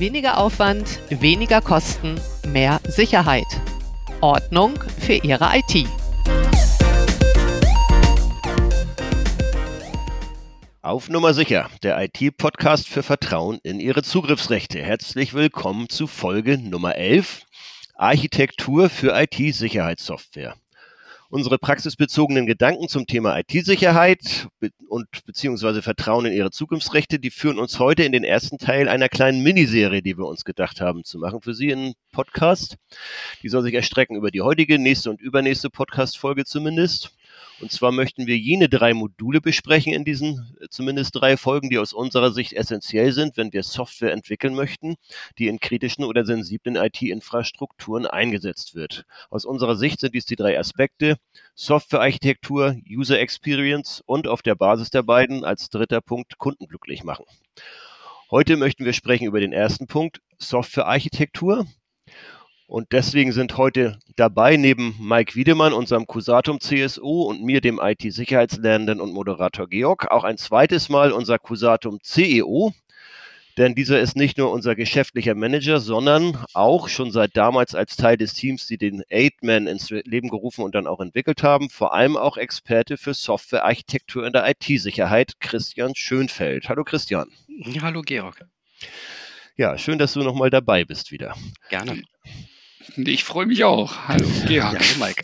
Weniger Aufwand, weniger Kosten, mehr Sicherheit. Ordnung für Ihre IT. Auf Nummer sicher, der IT-Podcast für Vertrauen in Ihre Zugriffsrechte. Herzlich willkommen zu Folge Nummer 11, Architektur für IT-Sicherheitssoftware. Unsere praxisbezogenen Gedanken zum Thema IT-Sicherheit und beziehungsweise Vertrauen in Ihre Zukunftsrechte, die führen uns heute in den ersten Teil einer kleinen Miniserie, die wir uns gedacht haben zu machen für Sie in Podcast. Die soll sich erstrecken über die heutige, nächste und übernächste Podcast-Folge zumindest. Und zwar möchten wir jene 3 Module besprechen in diesen zumindest 3 Folgen, die aus unserer Sicht essentiell sind, wenn wir Software entwickeln möchten, die in kritischen oder sensiblen IT-Infrastrukturen eingesetzt wird. Aus unserer Sicht sind dies die 3 Aspekte: Softwarearchitektur, User Experience und auf der Basis der beiden als dritter Punkt Kunden glücklich machen. Heute möchten wir sprechen über den ersten Punkt, Softwarearchitektur. Und deswegen sind heute dabei neben Mike Wiedemann, unserem Cusatum CSO, und mir, dem IT-Sicherheitslernenden und Moderator Georg, auch ein zweites Mal unser Cusatum CEO. Denn dieser ist nicht nur unser geschäftlicher Manager, sondern auch schon seit damals als Teil des Teams, die den 8-Man ins Leben gerufen und dann auch entwickelt haben, vor allem auch Experte für Softwarearchitektur in der IT-Sicherheit, Christian Schönfeld. Hallo Christian. Ja, hallo Georg. Ja, schön, dass du nochmal dabei bist wieder. Gerne. Ich freue mich auch. Hallo Georg. Ja, hallo Mike.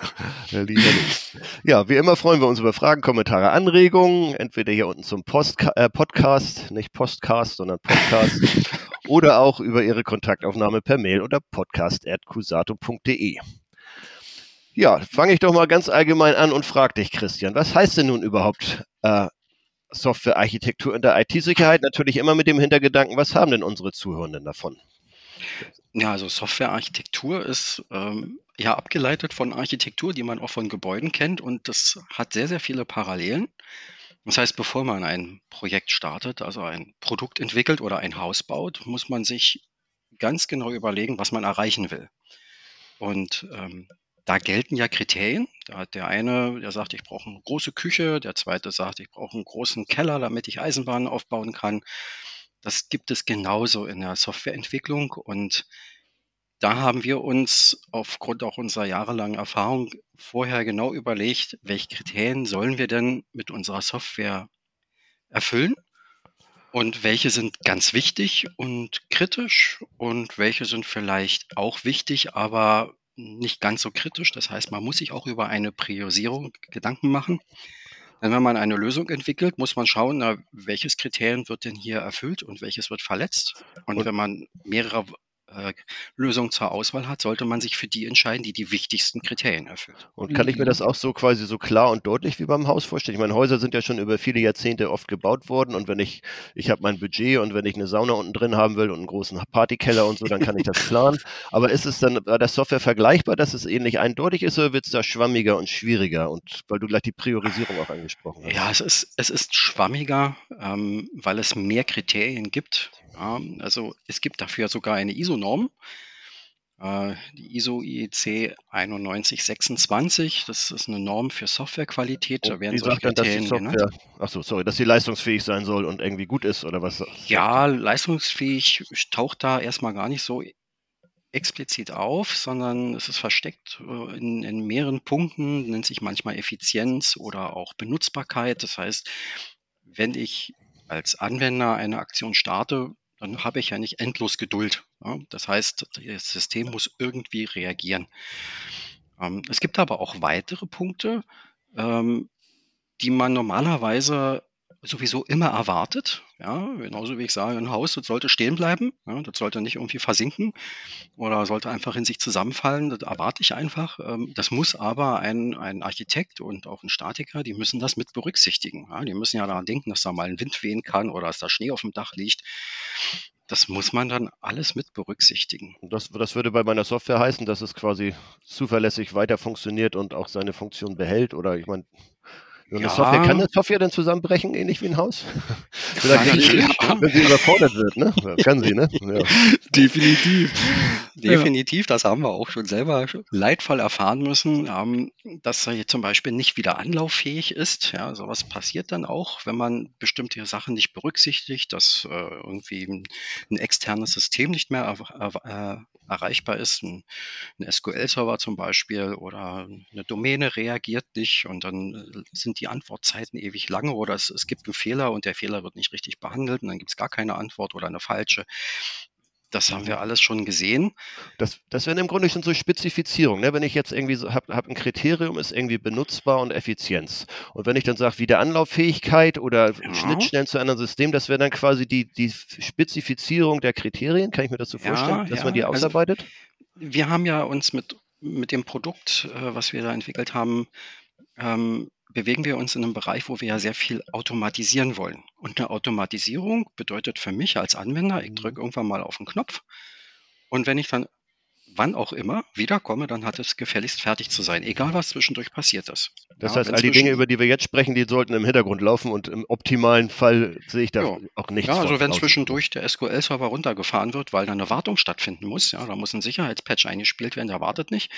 Ja, wie immer freuen wir uns über Fragen, Kommentare, Anregungen, entweder hier unten zum Podcast, nicht Postcast, sondern Podcast, oder auch über Ihre Kontaktaufnahme per Mail oder podcast@cusatum.de. Ja, fange ich doch mal ganz allgemein an und frage dich, Christian, was heißt denn nun überhaupt Softwarearchitektur in der IT-Sicherheit? Natürlich immer mit dem Hintergedanken, was haben denn unsere Zuhörenden davon? Ja, also Softwarearchitektur ist ja abgeleitet von Architektur, die man auch von Gebäuden kennt, und das hat sehr, sehr viele Parallelen. Das heißt, bevor man ein Projekt startet, also ein Produkt entwickelt oder ein Haus baut, muss man sich ganz genau überlegen, was man erreichen will. Und da gelten ja Kriterien. Da hat der eine, der sagt, ich brauche eine große Küche, der zweite sagt, ich brauche einen großen Keller, damit ich Eisenbahnen aufbauen kann. Das gibt es genauso in der Softwareentwicklung, und da haben wir uns aufgrund auch unserer jahrelangen Erfahrung vorher genau überlegt, welche Kriterien sollen wir denn mit unserer Software erfüllen und welche sind ganz wichtig und kritisch und welche sind vielleicht auch wichtig, aber nicht ganz so kritisch. Das heißt, man muss sich auch über eine Priorisierung Gedanken machen. Denn wenn man eine Lösung entwickelt, muss man schauen, na, welches Kriterium wird denn hier erfüllt und welches wird verletzt. Und wenn man mehrere Lösungen zur Auswahl hat, sollte man sich für die entscheiden, die die wichtigsten Kriterien erfüllt. Und kann ich mir das auch so quasi so klar und deutlich wie beim Haus vorstellen? Ich meine, Häuser sind ja schon über viele Jahrzehnte oft gebaut worden, und wenn ich habe mein Budget, und wenn ich eine Sauna unten drin haben will und einen großen Partykeller und so, dann kann ich das planen. Aber ist es dann bei der Software vergleichbar, dass es ähnlich eindeutig ist, oder wird es da schwammiger und schwieriger? Und weil du gleich die Priorisierung auch angesprochen hast. Ja, es ist schwammiger, weil es mehr Kriterien gibt. Ja, also es gibt dafür sogar eine ISO-Norm, die ISO IEC 9126. Das ist eine Norm für Softwarequalität. Da werden Die solche sagt dann, dass die Kriterien genannt. Software, dass sie leistungsfähig sein soll und irgendwie gut ist, oder was? Ja, leistungsfähig taucht da erstmal gar nicht so explizit auf, sondern es ist versteckt in mehreren Punkten, nennt sich manchmal Effizienz oder auch Benutzbarkeit. Das heißt, wenn ich als Anwender eine Aktion starte, dann habe ich ja nicht endlos Geduld. Ja? Das heißt, das System muss irgendwie reagieren. Es gibt aber auch weitere Punkte, die man normalerweise sowieso immer erwartet. Ja, genauso wie ich sage, ein Haus, das sollte stehen bleiben. Ja, das sollte nicht irgendwie versinken oder sollte einfach in sich zusammenfallen. Das erwarte ich einfach. Das muss aber ein Architekt und auch ein Statiker, die müssen das mit berücksichtigen. Ja, die müssen ja daran denken, dass da mal ein Wind wehen kann oder dass da Schnee auf dem Dach liegt. Das muss man dann alles mit berücksichtigen. Und das würde bei meiner Software heißen, dass es quasi zuverlässig weiter funktioniert und auch seine Funktion behält, oder ich meine... So eine Software, kann eine Software denn zusammenbrechen, ähnlich wie ein Haus? Vielleicht, wenn sie überfordert wird, ne? Ja, kann sie, ne? Ja. Definitiv, das haben wir auch schon selber leidvoll erfahren müssen, dass er zum Beispiel nicht wieder anlauffähig ist. Ja, sowas passiert dann auch, wenn man bestimmte Sachen nicht berücksichtigt, dass irgendwie ein externes System nicht mehr erreichbar ist, ein SQL-Server zum Beispiel oder eine Domäne reagiert nicht und dann sind die Antwortzeiten ewig lange oder es gibt einen Fehler und der Fehler wird nicht richtig behandelt und dann gibt es gar keine Antwort oder eine falsche. Das haben wir alles schon gesehen. Das wären im Grunde schon so Spezifizierungen. Ne? Wenn ich jetzt irgendwie so hab ein Kriterium, ist irgendwie benutzbar und Effizienz. Und wenn ich dann sage, wieder Anlauffähigkeit oder Schnittstellen zu anderen Systemen, das wäre dann quasi die Spezifizierung der Kriterien. Kann ich mir das so vorstellen, dass man die ausarbeitet? Also, wir haben ja uns mit dem Produkt, was wir da entwickelt haben, bewegen wir uns in einem Bereich, wo wir ja sehr viel automatisieren wollen. Und eine Automatisierung bedeutet für mich als Anwender, ich drücke irgendwann mal auf den Knopf und wenn ich dann, wann auch immer, wiederkomme, dann hat es gefälligst fertig zu sein, egal was zwischendurch passiert ist. Das heißt, all die Dinge, über die wir jetzt sprechen, die sollten im Hintergrund laufen und im optimalen Fall sehe ich da auch nichts von. Ja, also wenn draußen. zwischendurch der SQL-Server runtergefahren wird, weil da eine Wartung stattfinden muss, ja, da muss ein Sicherheitspatch eingespielt werden, der wartet nicht,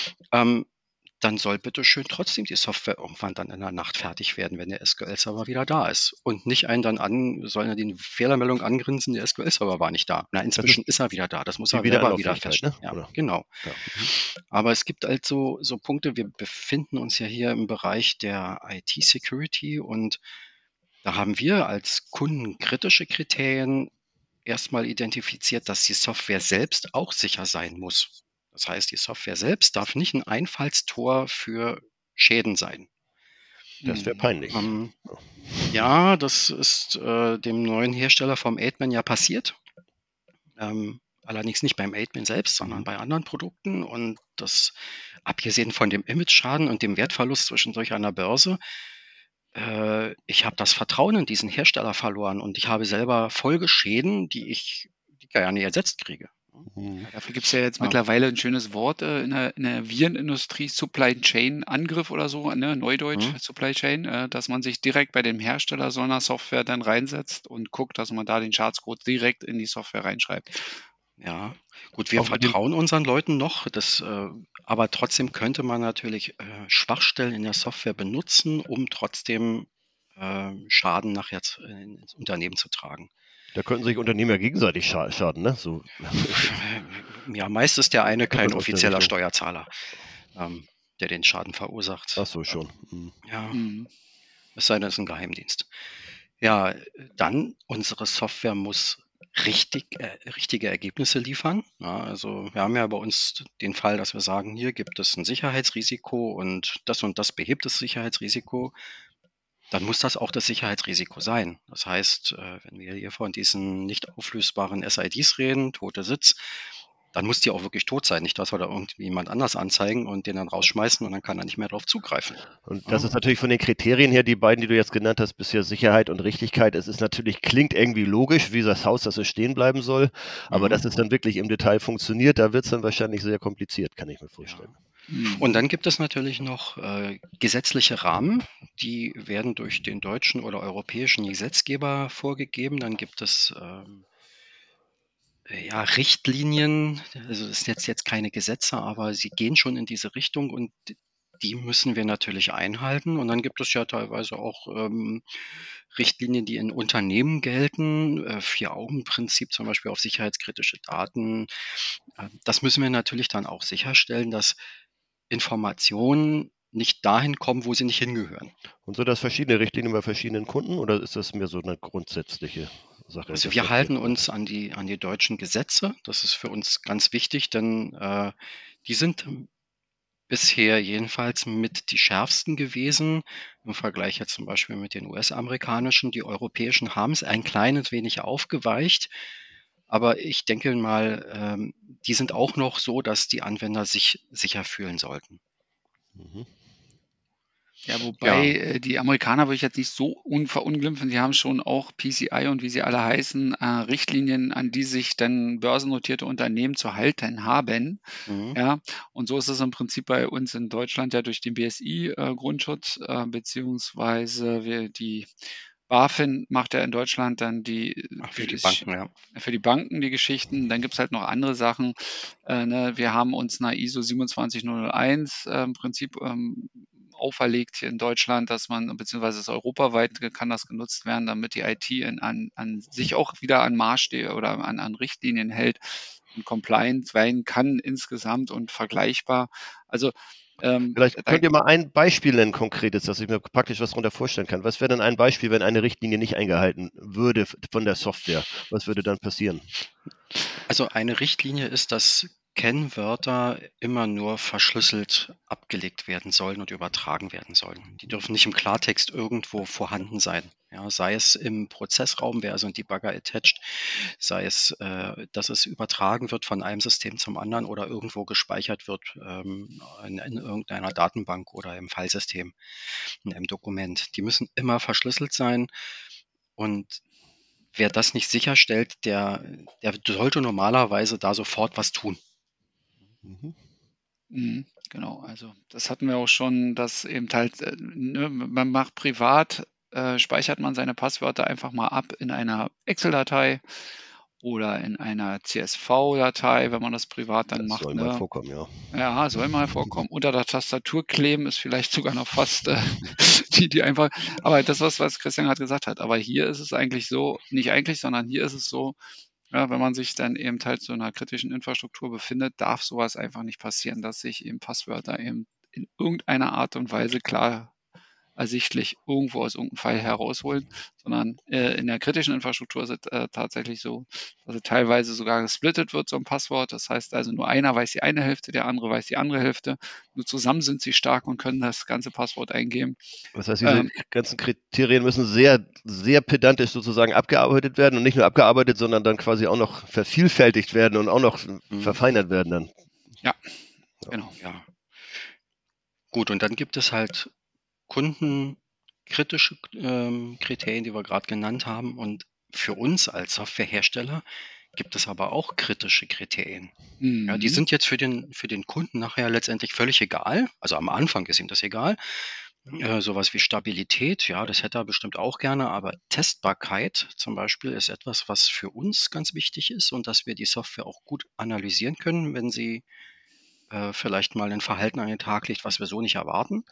dann soll bitte schön trotzdem die Software irgendwann dann in der Nacht fertig werden, wenn der SQL-Server wieder da ist. Und nicht einen dann sollen er die Fehlermeldung angrinsen, der SQL-Server war nicht da. Na, inzwischen ist er wieder da. Das muss er selber wieder feststellen. Ne? Ja, genau. Ja. Aber es gibt halt so Punkte, wir befinden uns ja hier im Bereich der IT-Security und da haben wir als Kunden kritische Kriterien erstmal identifiziert, dass die Software selbst auch sicher sein muss. Das heißt, die Software selbst darf nicht ein Einfallstor für Schäden sein. Das wäre peinlich. Ja, das ist dem neuen Hersteller vom 8-Man ja passiert. Allerdings nicht beim 8-Man selbst, sondern bei anderen Produkten. Und das, abgesehen von dem Image-Schaden und dem Wertverlust zwischendurch an der Börse, ich habe das Vertrauen in diesen Hersteller verloren und ich habe selber Folgeschäden, die ich gar nicht ersetzt kriege. Ja, dafür gibt es ja jetzt mittlerweile ein schönes Wort in der Virenindustrie, Supply Chain Angriff oder so, ne? Neudeutsch Supply Chain, dass man sich direkt bei dem Hersteller so einer Software dann reinsetzt und guckt, dass man da den Schadcode direkt in die Software reinschreibt. Ja, gut, wir vertrauen unseren Leuten noch, aber trotzdem könnte man natürlich Schwachstellen in der Software benutzen, um trotzdem Schaden nachher ins Unternehmen zu tragen. Da könnten sich Unternehmen ja gegenseitig schaden, ne? So. Ja, meist ist der eine kein offizieller Steuerzahler, der den Schaden verursacht. Ach so, schon. Ja, es sei denn, es ist ein Geheimdienst. Ja, dann, unsere Software muss richtige Ergebnisse liefern. Ja, also wir haben ja bei uns den Fall, dass wir sagen, hier gibt es ein Sicherheitsrisiko und das behebt das Sicherheitsrisiko. Dann muss das auch das Sicherheitsrisiko sein. Das heißt, wenn wir hier von diesen nicht auflösbaren SIDs reden, tote Sitz, dann muss die auch wirklich tot sein. Nicht, dass wir da irgendwie jemand anders anzeigen und den dann rausschmeißen und dann kann er nicht mehr darauf zugreifen. Und das ist natürlich von den Kriterien her, die beiden, die du jetzt genannt hast, bisher Sicherheit und Richtigkeit. Es ist natürlich, klingt irgendwie logisch, wie das Haus, dass es stehen bleiben soll. Aber dass es dann wirklich im Detail funktioniert, da wird es dann wahrscheinlich sehr kompliziert, kann ich mir vorstellen. Ja. Und dann gibt es natürlich noch gesetzliche Rahmen, die werden durch den deutschen oder europäischen Gesetzgeber vorgegeben. Dann gibt es Richtlinien, also es sind jetzt keine Gesetze, aber sie gehen schon in diese Richtung und die müssen wir natürlich einhalten. Und dann gibt es ja teilweise auch Richtlinien, die in Unternehmen gelten, Vier-Augen-Prinzip zum Beispiel auf sicherheitskritische Daten. Das müssen wir natürlich dann auch sicherstellen, dass Informationen nicht dahin kommen, wo sie nicht hingehören. Und so das verschiedene Richtlinien bei verschiedenen Kunden oder ist das mehr so eine grundsätzliche Sache? Also wir halten uns an die deutschen Gesetze. Das ist für uns ganz wichtig, denn die sind bisher jedenfalls mit die schärfsten gewesen im Vergleich jetzt zum Beispiel mit den US-amerikanischen. Die europäischen haben es ein kleines wenig aufgeweicht. Aber ich denke mal, die sind auch noch so, dass die Anwender sich sicher fühlen sollten. Ja, Ja, wobei die Amerikaner würde ich jetzt nicht so verunglimpfen. Die haben schon auch PCI und wie sie alle heißen, Richtlinien, an die sich dann börsennotierte Unternehmen zu halten haben. mhm. Ja, und so ist es im Prinzip bei uns in Deutschland ja durch den BSI Grundschutz, beziehungsweise die BaFin macht ja in Deutschland dann Für die Banken, ja. für die Banken die Geschichten. Dann gibt's halt noch andere Sachen. Ne? Wir haben uns einer ISO 27001 im Prinzip auferlegt hier in Deutschland, dass man, beziehungsweise es europaweit kann das genutzt werden, damit die IT an sich auch wieder an Maßstäbe oder an Richtlinien hält und compliant sein kann insgesamt und vergleichbar. Also Vielleicht da könnt ihr mal ein Beispiel nennen, konkretes, dass ich mir praktisch was darunter vorstellen kann. Was wäre denn ein Beispiel, wenn eine Richtlinie nicht eingehalten würde von der Software? Was würde dann passieren? Also eine Richtlinie ist, dass Kennwörter immer nur verschlüsselt abgelegt werden sollen und übertragen werden sollen. Die dürfen nicht im Klartext irgendwo vorhanden sein. Ja, sei es im Prozessraum, wäre also ein Debugger attached, sei es, dass es übertragen wird von einem System zum anderen oder irgendwo gespeichert wird in irgendeiner Datenbank oder im Filesystem, in einem Dokument. Die müssen immer verschlüsselt sein und wer das nicht sicherstellt, der sollte normalerweise da sofort was tun. Genau, also das hatten wir auch schon, dass eben halt, ne, man macht privat, speichert man seine Passwörter einfach mal ab in einer Excel-Datei oder in einer CSV-Datei, wenn man das privat dann Das macht, soll mal ne? vorkommen, ja. Ja, soll mal vorkommen. Unter der Tastatur kleben ist vielleicht sogar noch fast die einfach. Aber das, was Christian gerade gesagt hat, aber hier ist es eigentlich so, nicht eigentlich, sondern hier ist es so, ja, wenn man sich dann eben halt so einer kritischen Infrastruktur befindet, darf sowas einfach nicht passieren, dass sich eben Passwörter eben in irgendeiner Art und Weise klar ersichtlich irgendwo aus irgendeinem Fall herausholen, sondern in der kritischen Infrastruktur ist es tatsächlich so, dass es teilweise sogar gesplittet wird, so ein Passwort. Das heißt also, nur einer weiß die eine Hälfte, der andere weiß die andere Hälfte. Nur zusammen sind sie stark und können das ganze Passwort eingeben. Das heißt, diese ganzen Kriterien müssen sehr, sehr pedantisch sozusagen abgearbeitet werden und nicht nur abgearbeitet, sondern dann quasi auch noch vervielfältigt werden und auch noch verfeinert werden dann. Ja, genau. Ja. Gut, und dann gibt es halt kundenkritische Kriterien, die wir gerade genannt haben. Und für uns als Softwarehersteller gibt es aber auch kritische Kriterien. Ja, die sind jetzt für den Kunden nachher letztendlich völlig egal. Also am Anfang ist ihm das egal. Sowas wie Stabilität, ja, das hätte er bestimmt auch gerne, aber Testbarkeit zum Beispiel ist etwas, was für uns ganz wichtig ist und dass wir die Software auch gut analysieren können, wenn sie vielleicht mal ein Verhalten an den Tag legt, was wir so nicht erwarten,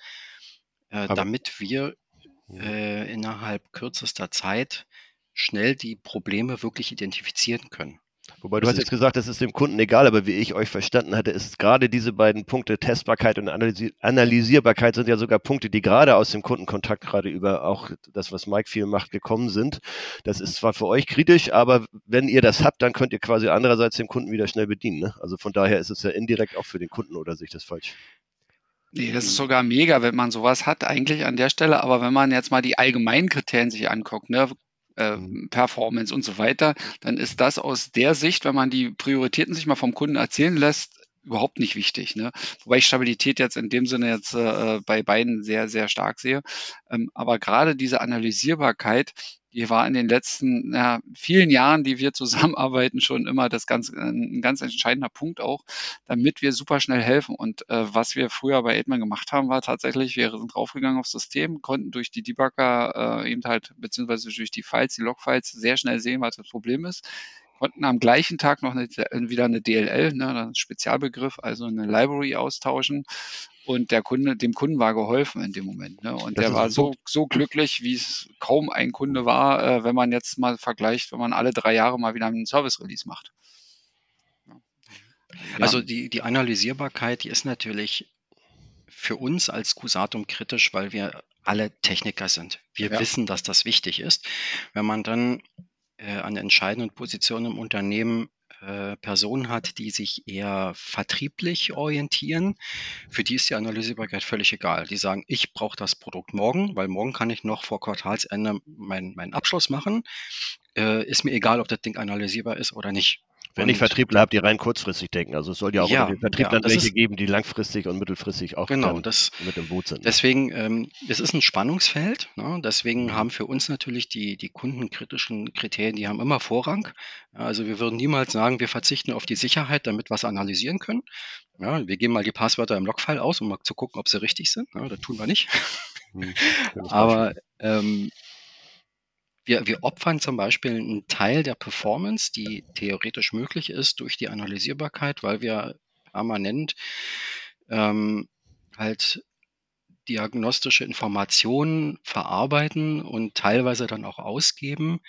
damit wir innerhalb kürzester Zeit schnell die Probleme wirklich identifizieren können. Wobei du hast jetzt gesagt, das ist dem Kunden egal, aber wie ich euch verstanden hatte, ist gerade diese beiden Punkte, Testbarkeit und Analysierbarkeit, sind ja sogar Punkte, die gerade aus dem Kundenkontakt, gerade über auch das, was Mike viel macht, gekommen sind. Das ist zwar für euch kritisch, aber wenn ihr das habt, dann könnt ihr quasi andererseits den Kunden wieder schnell bedienen. Ne? Also von daher ist es ja indirekt auch für den Kunden, oder sehe ich das falsch? Nee, das ist sogar mega, wenn man sowas hat, eigentlich an der Stelle. Aber wenn man jetzt mal die allgemeinen Kriterien sich anguckt, ne, Performance und so weiter, dann ist das aus der Sicht, wenn man die Prioritäten sich mal vom Kunden erzählen lässt, überhaupt nicht wichtig. Ne? Wobei ich Stabilität jetzt in dem Sinne jetzt bei beiden sehr, sehr stark sehe. Aber gerade diese Analysierbarkeit, die war in den letzten vielen Jahren, die wir zusammenarbeiten, schon immer ein ganz entscheidender Punkt auch, damit wir super schnell helfen. Und was wir früher bei Aidman gemacht haben, war tatsächlich, wir sind draufgegangen aufs System, konnten durch die Debugger eben halt, beziehungsweise durch die Files, die Logfiles, sehr schnell sehen, was das Problem ist. Konnten am gleichen Tag noch wieder eine DLL, ne, ein Spezialbegriff, also eine Library austauschen. Und dem Kunden war geholfen in dem Moment. Ne? Und der war so glücklich, wie es kaum ein Kunde war, wenn man jetzt mal vergleicht, wenn man alle 3 Jahre mal wieder einen Service-Release macht. Ja. Also die Analysierbarkeit, die ist natürlich für uns als Cusatum kritisch, weil wir alle Techniker sind. Wir wissen, dass das wichtig ist. Wenn man dann an entscheidenden Positionen im Unternehmen Personen hat, die sich eher vertrieblich orientieren, für die ist die Analysierbarkeit völlig egal. Die sagen, ich brauche das Produkt morgen, weil morgen kann ich noch vor Quartalsende meinen Abschluss machen. Ist mir egal, ob das Ding analysierbar ist oder nicht. Wenn ich Und Vertriebler habe, die rein kurzfristig denken. Also es soll ja auch unter ja, den ja, Vertrieblern das welche ist geben, die langfristig und mittelfristig auch genau, dann mit im Boot sind. Ne? deswegen, es ist ein Spannungsfeld, ne? Deswegen Mhm. haben für uns natürlich die kundenkritischen Kriterien, die haben immer Vorrang. Ja, also wir würden niemals sagen, wir verzichten auf die Sicherheit, damit wir es analysieren können. Ja, wir geben mal die Passwörter im Logfile aus, um mal zu gucken, ob sie richtig sind. Ja, das tun wir nicht. Schönes Beispiel. Aber wir opfern zum Beispiel einen Teil der Performance, die theoretisch möglich ist, durch die Analysierbarkeit, weil wir permanent ähm, halt diagnostische Informationen verarbeiten und teilweise dann auch ausgeben,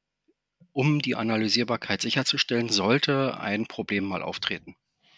um die Analysierbarkeit sicherzustellen, sollte ein Problem mal auftreten.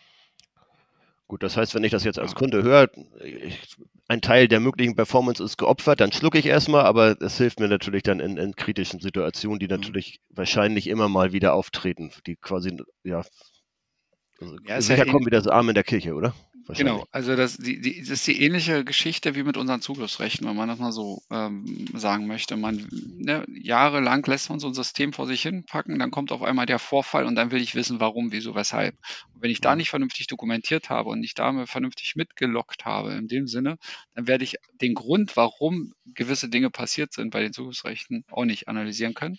Gut, das heißt, wenn ich das jetzt als Ja. Kunde höre, ein Teil der möglichen Performance ist geopfert, dann schlucke ich erstmal, aber es hilft mir natürlich dann in kritischen Situationen, die Mhm. natürlich wahrscheinlich immer mal wieder auftreten, die quasi, ja, also Ja, ist ja sicher kommen wie das Arm in der Kirche, oder? Wahrscheinlich. genau. Also das ist die ähnliche Geschichte wie mit unseren Zugriffsrechten, wenn man das mal so sagen möchte. Ne, jahrelang lässt man so ein System vor sich hin packen, dann kommt auf einmal der Vorfall und dann will ich wissen, warum, wieso, weshalb. Und wenn ich da Mhm. nicht vernünftig dokumentiert habe und nicht da vernünftig mitgeloggt habe, in dem Sinne, dann werde ich den Grund, warum gewisse Dinge passiert sind bei den Zugriffsrechten, auch nicht analysieren können.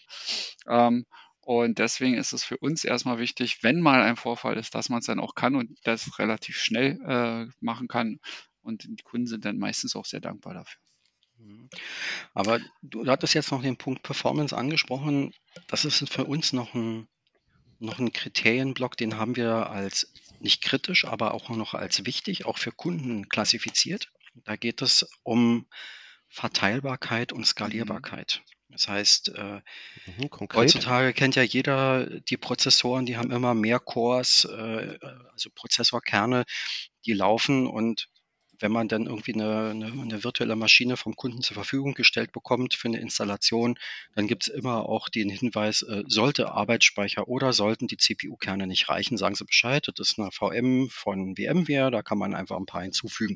Und deswegen ist es für uns erstmal wichtig, wenn mal ein Vorfall ist, dass man es dann auch kann und das relativ schnell machen kann. Und die Kunden sind dann meistens auch sehr dankbar dafür. Mhm. Aber du hattest jetzt noch den Punkt Performance angesprochen. Das ist für uns noch ein Kriterienblock, den haben wir als nicht kritisch, aber auch noch als wichtig, auch für Kunden klassifiziert. Da geht es um Verteilbarkeit und Skalierbarkeit. Das heißt, Konkret. heutzutage kennt ja jeder die Prozessoren, die haben immer mehr Cores, also Prozessorkerne, die laufen, und wenn man dann irgendwie eine virtuelle Maschine vom Kunden zur Verfügung gestellt bekommt für eine Installation, dann gibt es immer auch den Hinweis, sollte Arbeitsspeicher oder sollten die CPU-Kerne nicht reichen, sagen Sie Bescheid. Das ist eine VM von VMware, da kann man einfach ein paar hinzufügen.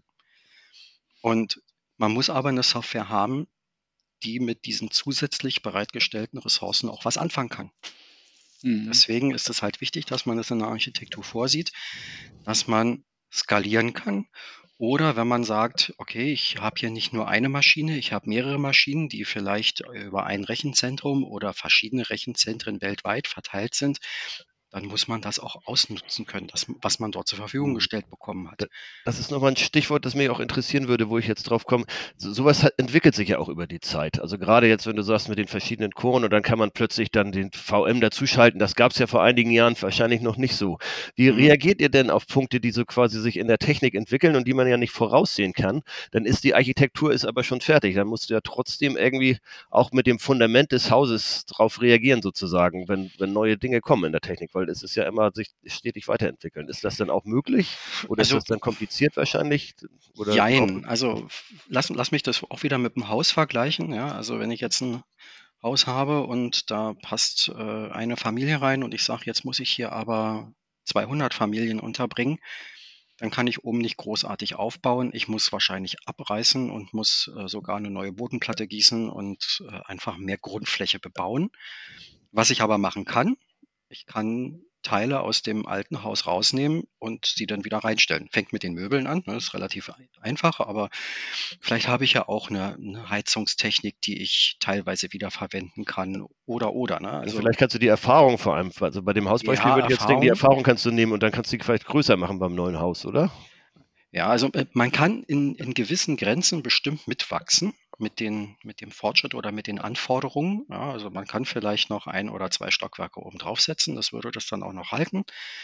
Und man muss aber eine Software haben, die mit diesen zusätzlich bereitgestellten Ressourcen auch was anfangen kann. Mhm. Deswegen ist es halt wichtig, dass man das in der Architektur vorsieht, dass man skalieren kann. Oder wenn man sagt, okay, ich habe hier nicht nur eine Maschine, ich habe mehrere Maschinen, die vielleicht über ein Rechenzentrum oder verschiedene Rechenzentren weltweit verteilt sind, dann muss man das auch ausnutzen können, was man dort zur Verfügung gestellt bekommen hat. Das ist nochmal ein Stichwort, das mich auch interessieren würde, wo ich jetzt drauf komme. Sowas entwickelt sich ja auch über die Zeit. Also gerade jetzt, wenn du sagst, mit den verschiedenen Coren und dann kann man plötzlich dann den VM dazuschalten. Das gab es ja vor einigen Jahren wahrscheinlich noch nicht so. Wie reagiert ihr denn auf Punkte, die so quasi sich in der Technik entwickeln und die man ja nicht voraussehen kann? Dann ist die Architektur ist aber schon fertig. Dann musst du ja trotzdem irgendwie auch mit dem Fundament des Hauses drauf reagieren sozusagen, wenn neue Dinge kommen in der Technik, weil es ist ja immer sich stetig weiterentwickeln. Ist das dann auch möglich? Oder ist Also das dann kompliziert wahrscheinlich? Oder jein, also lass mich das auch wieder mit dem Haus vergleichen. Ja, also wenn ich jetzt ein Haus habe und da passt eine Familie rein und ich sage, jetzt muss ich hier aber 200 Familien unterbringen, dann kann ich oben nicht großartig aufbauen. Ich muss wahrscheinlich abreißen und muss sogar eine neue Bodenplatte gießen und einfach mehr Grundfläche bebauen. Was ich aber machen kann, ich kann Teile aus dem alten Haus rausnehmen und sie dann wieder reinstellen. Fängt mit den Möbeln an, ne, ist relativ einfach, aber vielleicht habe ich ja auch eine Heizungstechnik, die ich teilweise wiederverwenden kann oder, ne? Also vielleicht kannst du die Erfahrung vor allem, also bei dem Hausbeispiel ja, würde ich jetzt denken, die Erfahrung. Erfahrung kannst du nehmen und dann kannst du die vielleicht größer machen beim neuen Haus, oder? Ja, also man kann in gewissen Grenzen bestimmt mitwachsen mit dem Fortschritt oder mit den Anforderungen. Ja, also man kann vielleicht noch 1 oder 2 Stockwerke oben draufsetzen, das würde das dann auch noch halten,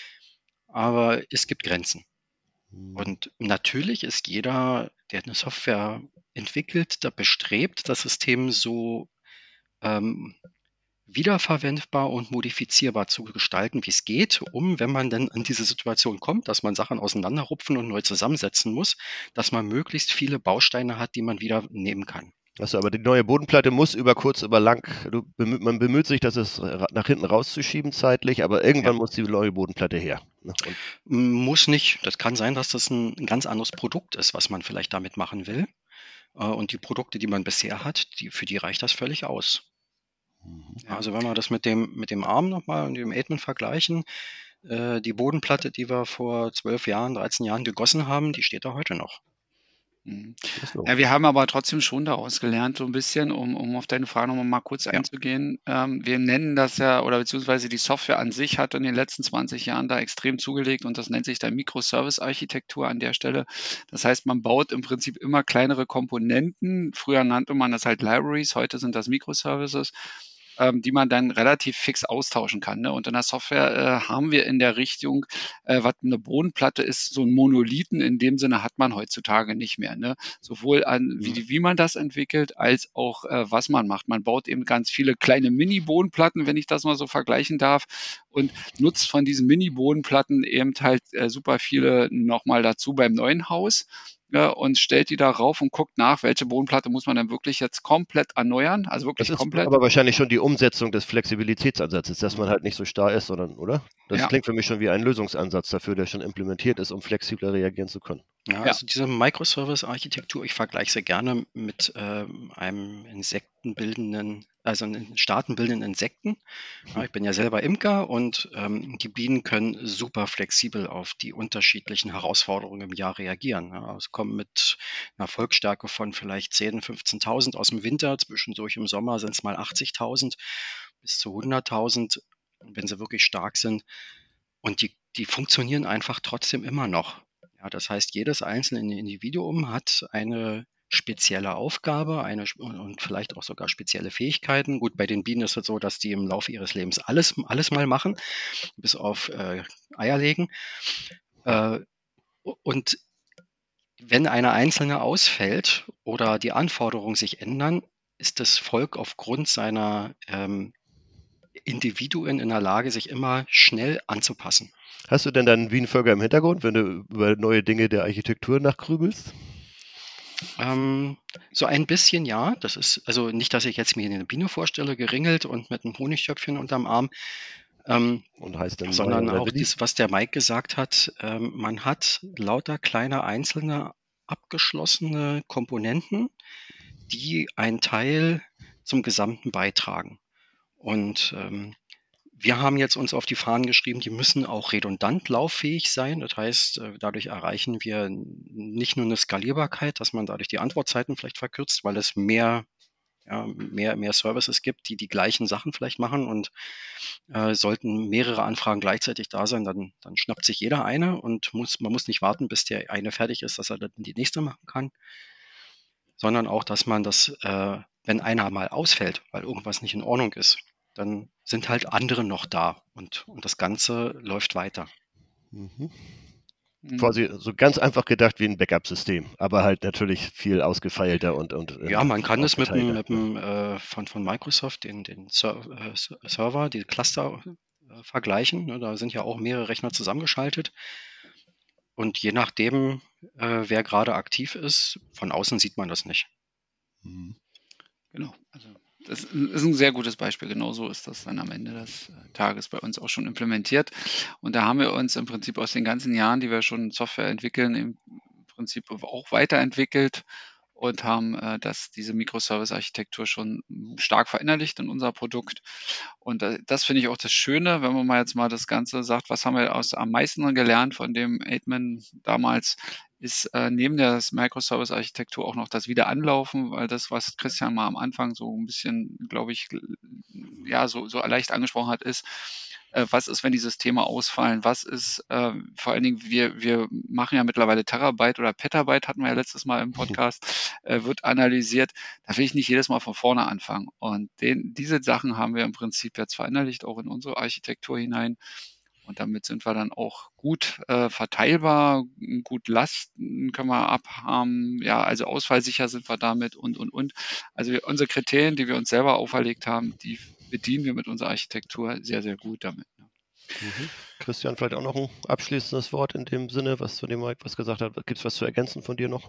aber es gibt Grenzen. Und natürlich ist jeder, der eine Software entwickelt, da bestrebt, das System so ähm, wiederverwendbar und modifizierbar zu gestalten, wie es geht, um, wenn man dann in diese Situation kommt, dass man Sachen auseinanderrupfen und neu zusammensetzen muss, dass man möglichst viele Bausteine hat, die man wieder nehmen kann. Achso, aber die neue Bodenplatte muss über kurz, über lang, man bemüht sich, das ist nach hinten rauszuschieben zeitlich, aber irgendwann Ja. muss die neue Bodenplatte her. Ne? Und Muss nicht. Das kann sein, dass das ein ganz anderes Produkt ist, was man vielleicht damit machen will. Und die Produkte, die man bisher hat, für die reicht das völlig aus. Mhm. Ja, also wenn wir das mit dem ARM nochmal und dem Aidman vergleichen, die Bodenplatte, die wir vor 12 Jahren, 13 Jahren gegossen haben, die steht da heute noch. Ja, wir haben aber trotzdem schon daraus gelernt, so ein bisschen, um auf deine Frage nochmal mal kurz einzugehen. Wir nennen das ja, oder beziehungsweise die Software an sich hat in den letzten 20 Jahren da extrem zugelegt und das nennt sich dann Microservice-Architektur an der Stelle. Das heißt, man baut im Prinzip immer kleinere Komponenten. Früher nannte man das halt Libraries, heute sind das Microservices, die man dann relativ fix austauschen kann. Ne? Und in der Software haben wir in der Richtung, was eine Bodenplatte ist, so ein Monolithen in dem Sinne hat man heutzutage nicht mehr. Ne? Sowohl an wie man das entwickelt, als auch was man macht. Man baut eben ganz viele kleine Mini-Bodenplatten, wenn ich das mal so vergleichen darf, und nutzt von diesen Mini-Bodenplatten eben halt super viele nochmal dazu beim neuen Haus. Und stellt die da rauf und guckt nach, welche Bodenplatte muss man dann wirklich jetzt komplett erneuern, also wirklich Das ist komplett. aber wahrscheinlich schon die Umsetzung des Flexibilitätsansatzes, dass man halt nicht so starr ist, sondern, oder? Das Ja. klingt für mich schon wie ein Lösungsansatz dafür, der schon implementiert ist, um flexibler reagieren zu können. Ja, also diese Microservice-Architektur, ich vergleiche sie gerne mit einem insektenbildenden, also einen staatenbildenden Insekten. Ja, ich bin ja selber Imker und die Bienen können super flexibel auf die unterschiedlichen Herausforderungen im Jahr reagieren. Ja, es kommen mit einer Volksstärke von vielleicht 10.000, 15.000 aus dem Winter, zwischendurch im Sommer sind es mal 80.000 bis zu 100.000, wenn sie wirklich stark sind. Und die funktionieren einfach trotzdem immer noch. Ja, das heißt, jedes einzelne Individuum hat eine spezielle Aufgabe und vielleicht auch sogar spezielle Fähigkeiten. Gut, bei den Bienen ist es so, dass die im Laufe ihres Lebens alles mal machen, bis auf Eier legen. Und wenn eine einzelne ausfällt oder die Anforderungen sich ändern, ist das Volk aufgrund seiner Individuen in der Lage, sich immer schnell anzupassen. Hast du denn dann Bienenvölker im Hintergrund, wenn du über neue Dinge der Architektur nachgrübelst? So ein bisschen, ja. Das ist, also nicht, dass ich jetzt mir eine Biene vorstelle, geringelt und mit einem Honigtöpfchen unterm Arm, Und heißt dann sondern Maya oder auch Willi? das, was der Mike gesagt hat, man hat lauter kleine einzelne abgeschlossene Komponenten, die einen Teil zum Gesamten beitragen. Und wir haben jetzt uns auf die Fahnen geschrieben, die müssen auch redundant lauffähig sein. Das heißt, dadurch erreichen wir nicht nur eine Skalierbarkeit, dass man dadurch die Antwortzeiten vielleicht verkürzt, weil es mehr Services gibt, die die gleichen Sachen vielleicht machen, und sollten mehrere Anfragen gleichzeitig da sein, dann schnappt sich jeder eine und man muss nicht warten, bis der eine fertig ist, dass er dann die nächste machen kann, sondern auch, dass man das, wenn einer mal ausfällt, weil irgendwas nicht in Ordnung ist, dann sind halt andere noch da und das Ganze läuft weiter. Quasi so ganz einfach gedacht wie ein Backup-System, aber halt natürlich viel ausgefeilter und Ja, man kann es aufgeteilter. von Microsoft, den Server, die Cluster vergleichen. Ne? Da sind ja auch mehrere Rechner zusammengeschaltet. Und je nachdem, wer gerade aktiv ist, von außen sieht man das nicht. Genau. Also das ist ein sehr gutes Beispiel. Genauso ist das dann am Ende des Tages bei uns auch schon implementiert. Und da haben wir uns im Prinzip aus den ganzen Jahren, die wir schon Software entwickeln, im Prinzip auch weiterentwickelt und haben diese Microservice-Architektur schon stark verinnerlicht in unser Produkt. Und das finde ich auch das Schöne, wenn man mal jetzt mal das Ganze sagt, was haben wir am meisten gelernt von dem 8-Man damals, ist neben der Microservice-Architektur auch noch das Wiederanlaufen, weil das, was Christian mal am Anfang so ein bisschen, glaube ich, ja, so leicht angesprochen hat, ist, was ist, wenn die Systeme ausfallen? Was ist, vor allen Dingen, wir machen ja mittlerweile Terabyte oder Petabyte, hatten wir ja letztes Mal im Podcast, wird analysiert. Da will ich nicht jedes Mal von vorne anfangen. Und diese Sachen haben wir im Prinzip jetzt verinnerlicht, auch in unsere Architektur hinein. Und damit sind wir dann auch gut verteilbar, gut Lasten können wir abhaben, ja, also ausfallsicher sind wir damit und. Also unsere Kriterien, die wir uns selber auferlegt haben, die bedienen wir mit unserer Architektur sehr, sehr gut damit. Ne? Christian, vielleicht auch noch ein abschließendes Wort in dem Sinne, was zu dem Mike was gesagt hat. Gibt es was zu ergänzen von dir noch?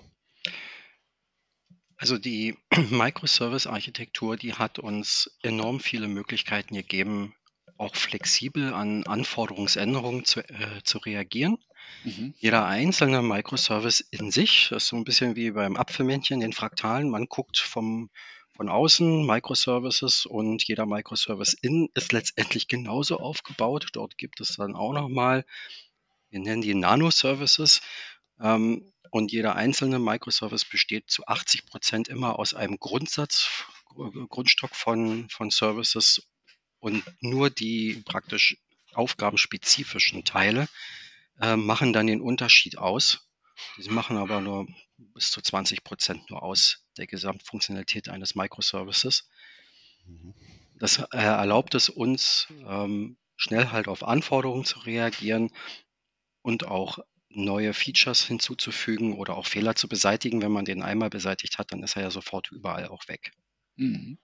Also die Microservice-Architektur, die hat uns enorm viele Möglichkeiten gegeben, auch flexibel an Anforderungsänderungen zu reagieren. Jeder einzelne Microservice in sich, das ist so ein bisschen wie beim Apfelmännchen, den Fraktalen, man guckt vom von außen, Microservices, und jeder Microservice in ist letztendlich genauso aufgebaut. Dort gibt es dann auch nochmal, wir nennen die Nano-Services, und jeder einzelne Microservice besteht zu 80% immer aus einem Grundstock von Services, und nur die praktisch aufgabenspezifischen Teile machen dann den Unterschied aus. Die machen aber nur bis zu 20% nur aus der Gesamtfunktionalität eines Microservices. Das erlaubt es uns, schnell halt auf Anforderungen zu reagieren und auch neue Features hinzuzufügen oder auch Fehler zu beseitigen. Wenn man den einmal beseitigt hat, dann ist er ja sofort überall auch weg. Mhm.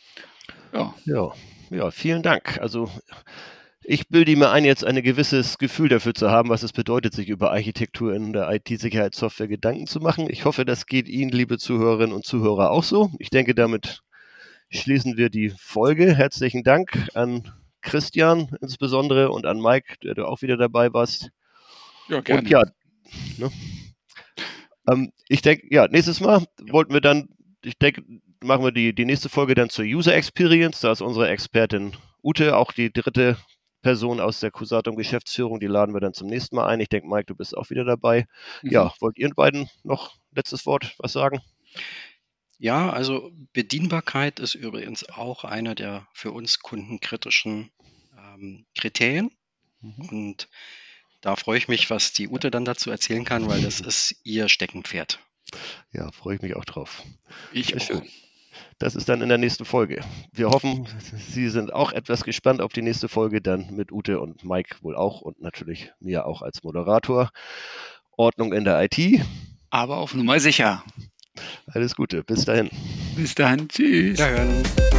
Ja, vielen Dank. Also ich bilde mir ein, jetzt ein gewisses Gefühl dafür zu haben, was es bedeutet, sich über Architektur in der IT-Sicherheitssoftware Gedanken zu machen. Ich hoffe, das geht Ihnen, liebe Zuhörerinnen und Zuhörer, auch so. Ich denke, damit schließen wir die Folge. Herzlichen Dank an Christian insbesondere und an Mike, der du auch wieder dabei warst. Ja, gerne. Und ja, ne? Ich denke, ja, nächstes Mal wollten wir dann, ich denke, machen wir die nächste Folge dann zur User Experience. Da ist unsere Expertin Ute, auch die dritte Person aus der Cusatum Geschäftsführung, die laden wir dann zum nächsten Mal ein. Ich denke, Mike, du bist auch wieder dabei. Ja, wollt ihr beiden noch letztes Wort was sagen? Ja, also Bedienbarkeit ist übrigens auch einer der für uns kundenkritischen Kriterien. Und da freue ich mich, was die Ute dann dazu erzählen kann, weil das ist ihr Steckenpferd. Ja, freue ich mich auch drauf. Ich auch. Schön. Das ist dann in der nächsten Folge. Wir hoffen, Sie sind auch etwas gespannt auf die nächste Folge, dann mit Ute und Mike wohl auch und natürlich mir auch als Moderator. Ordnung in der IT. Aber auf Nummer sicher. Alles Gute. Bis dahin. Bis dann. Tschüss. Wiederhören.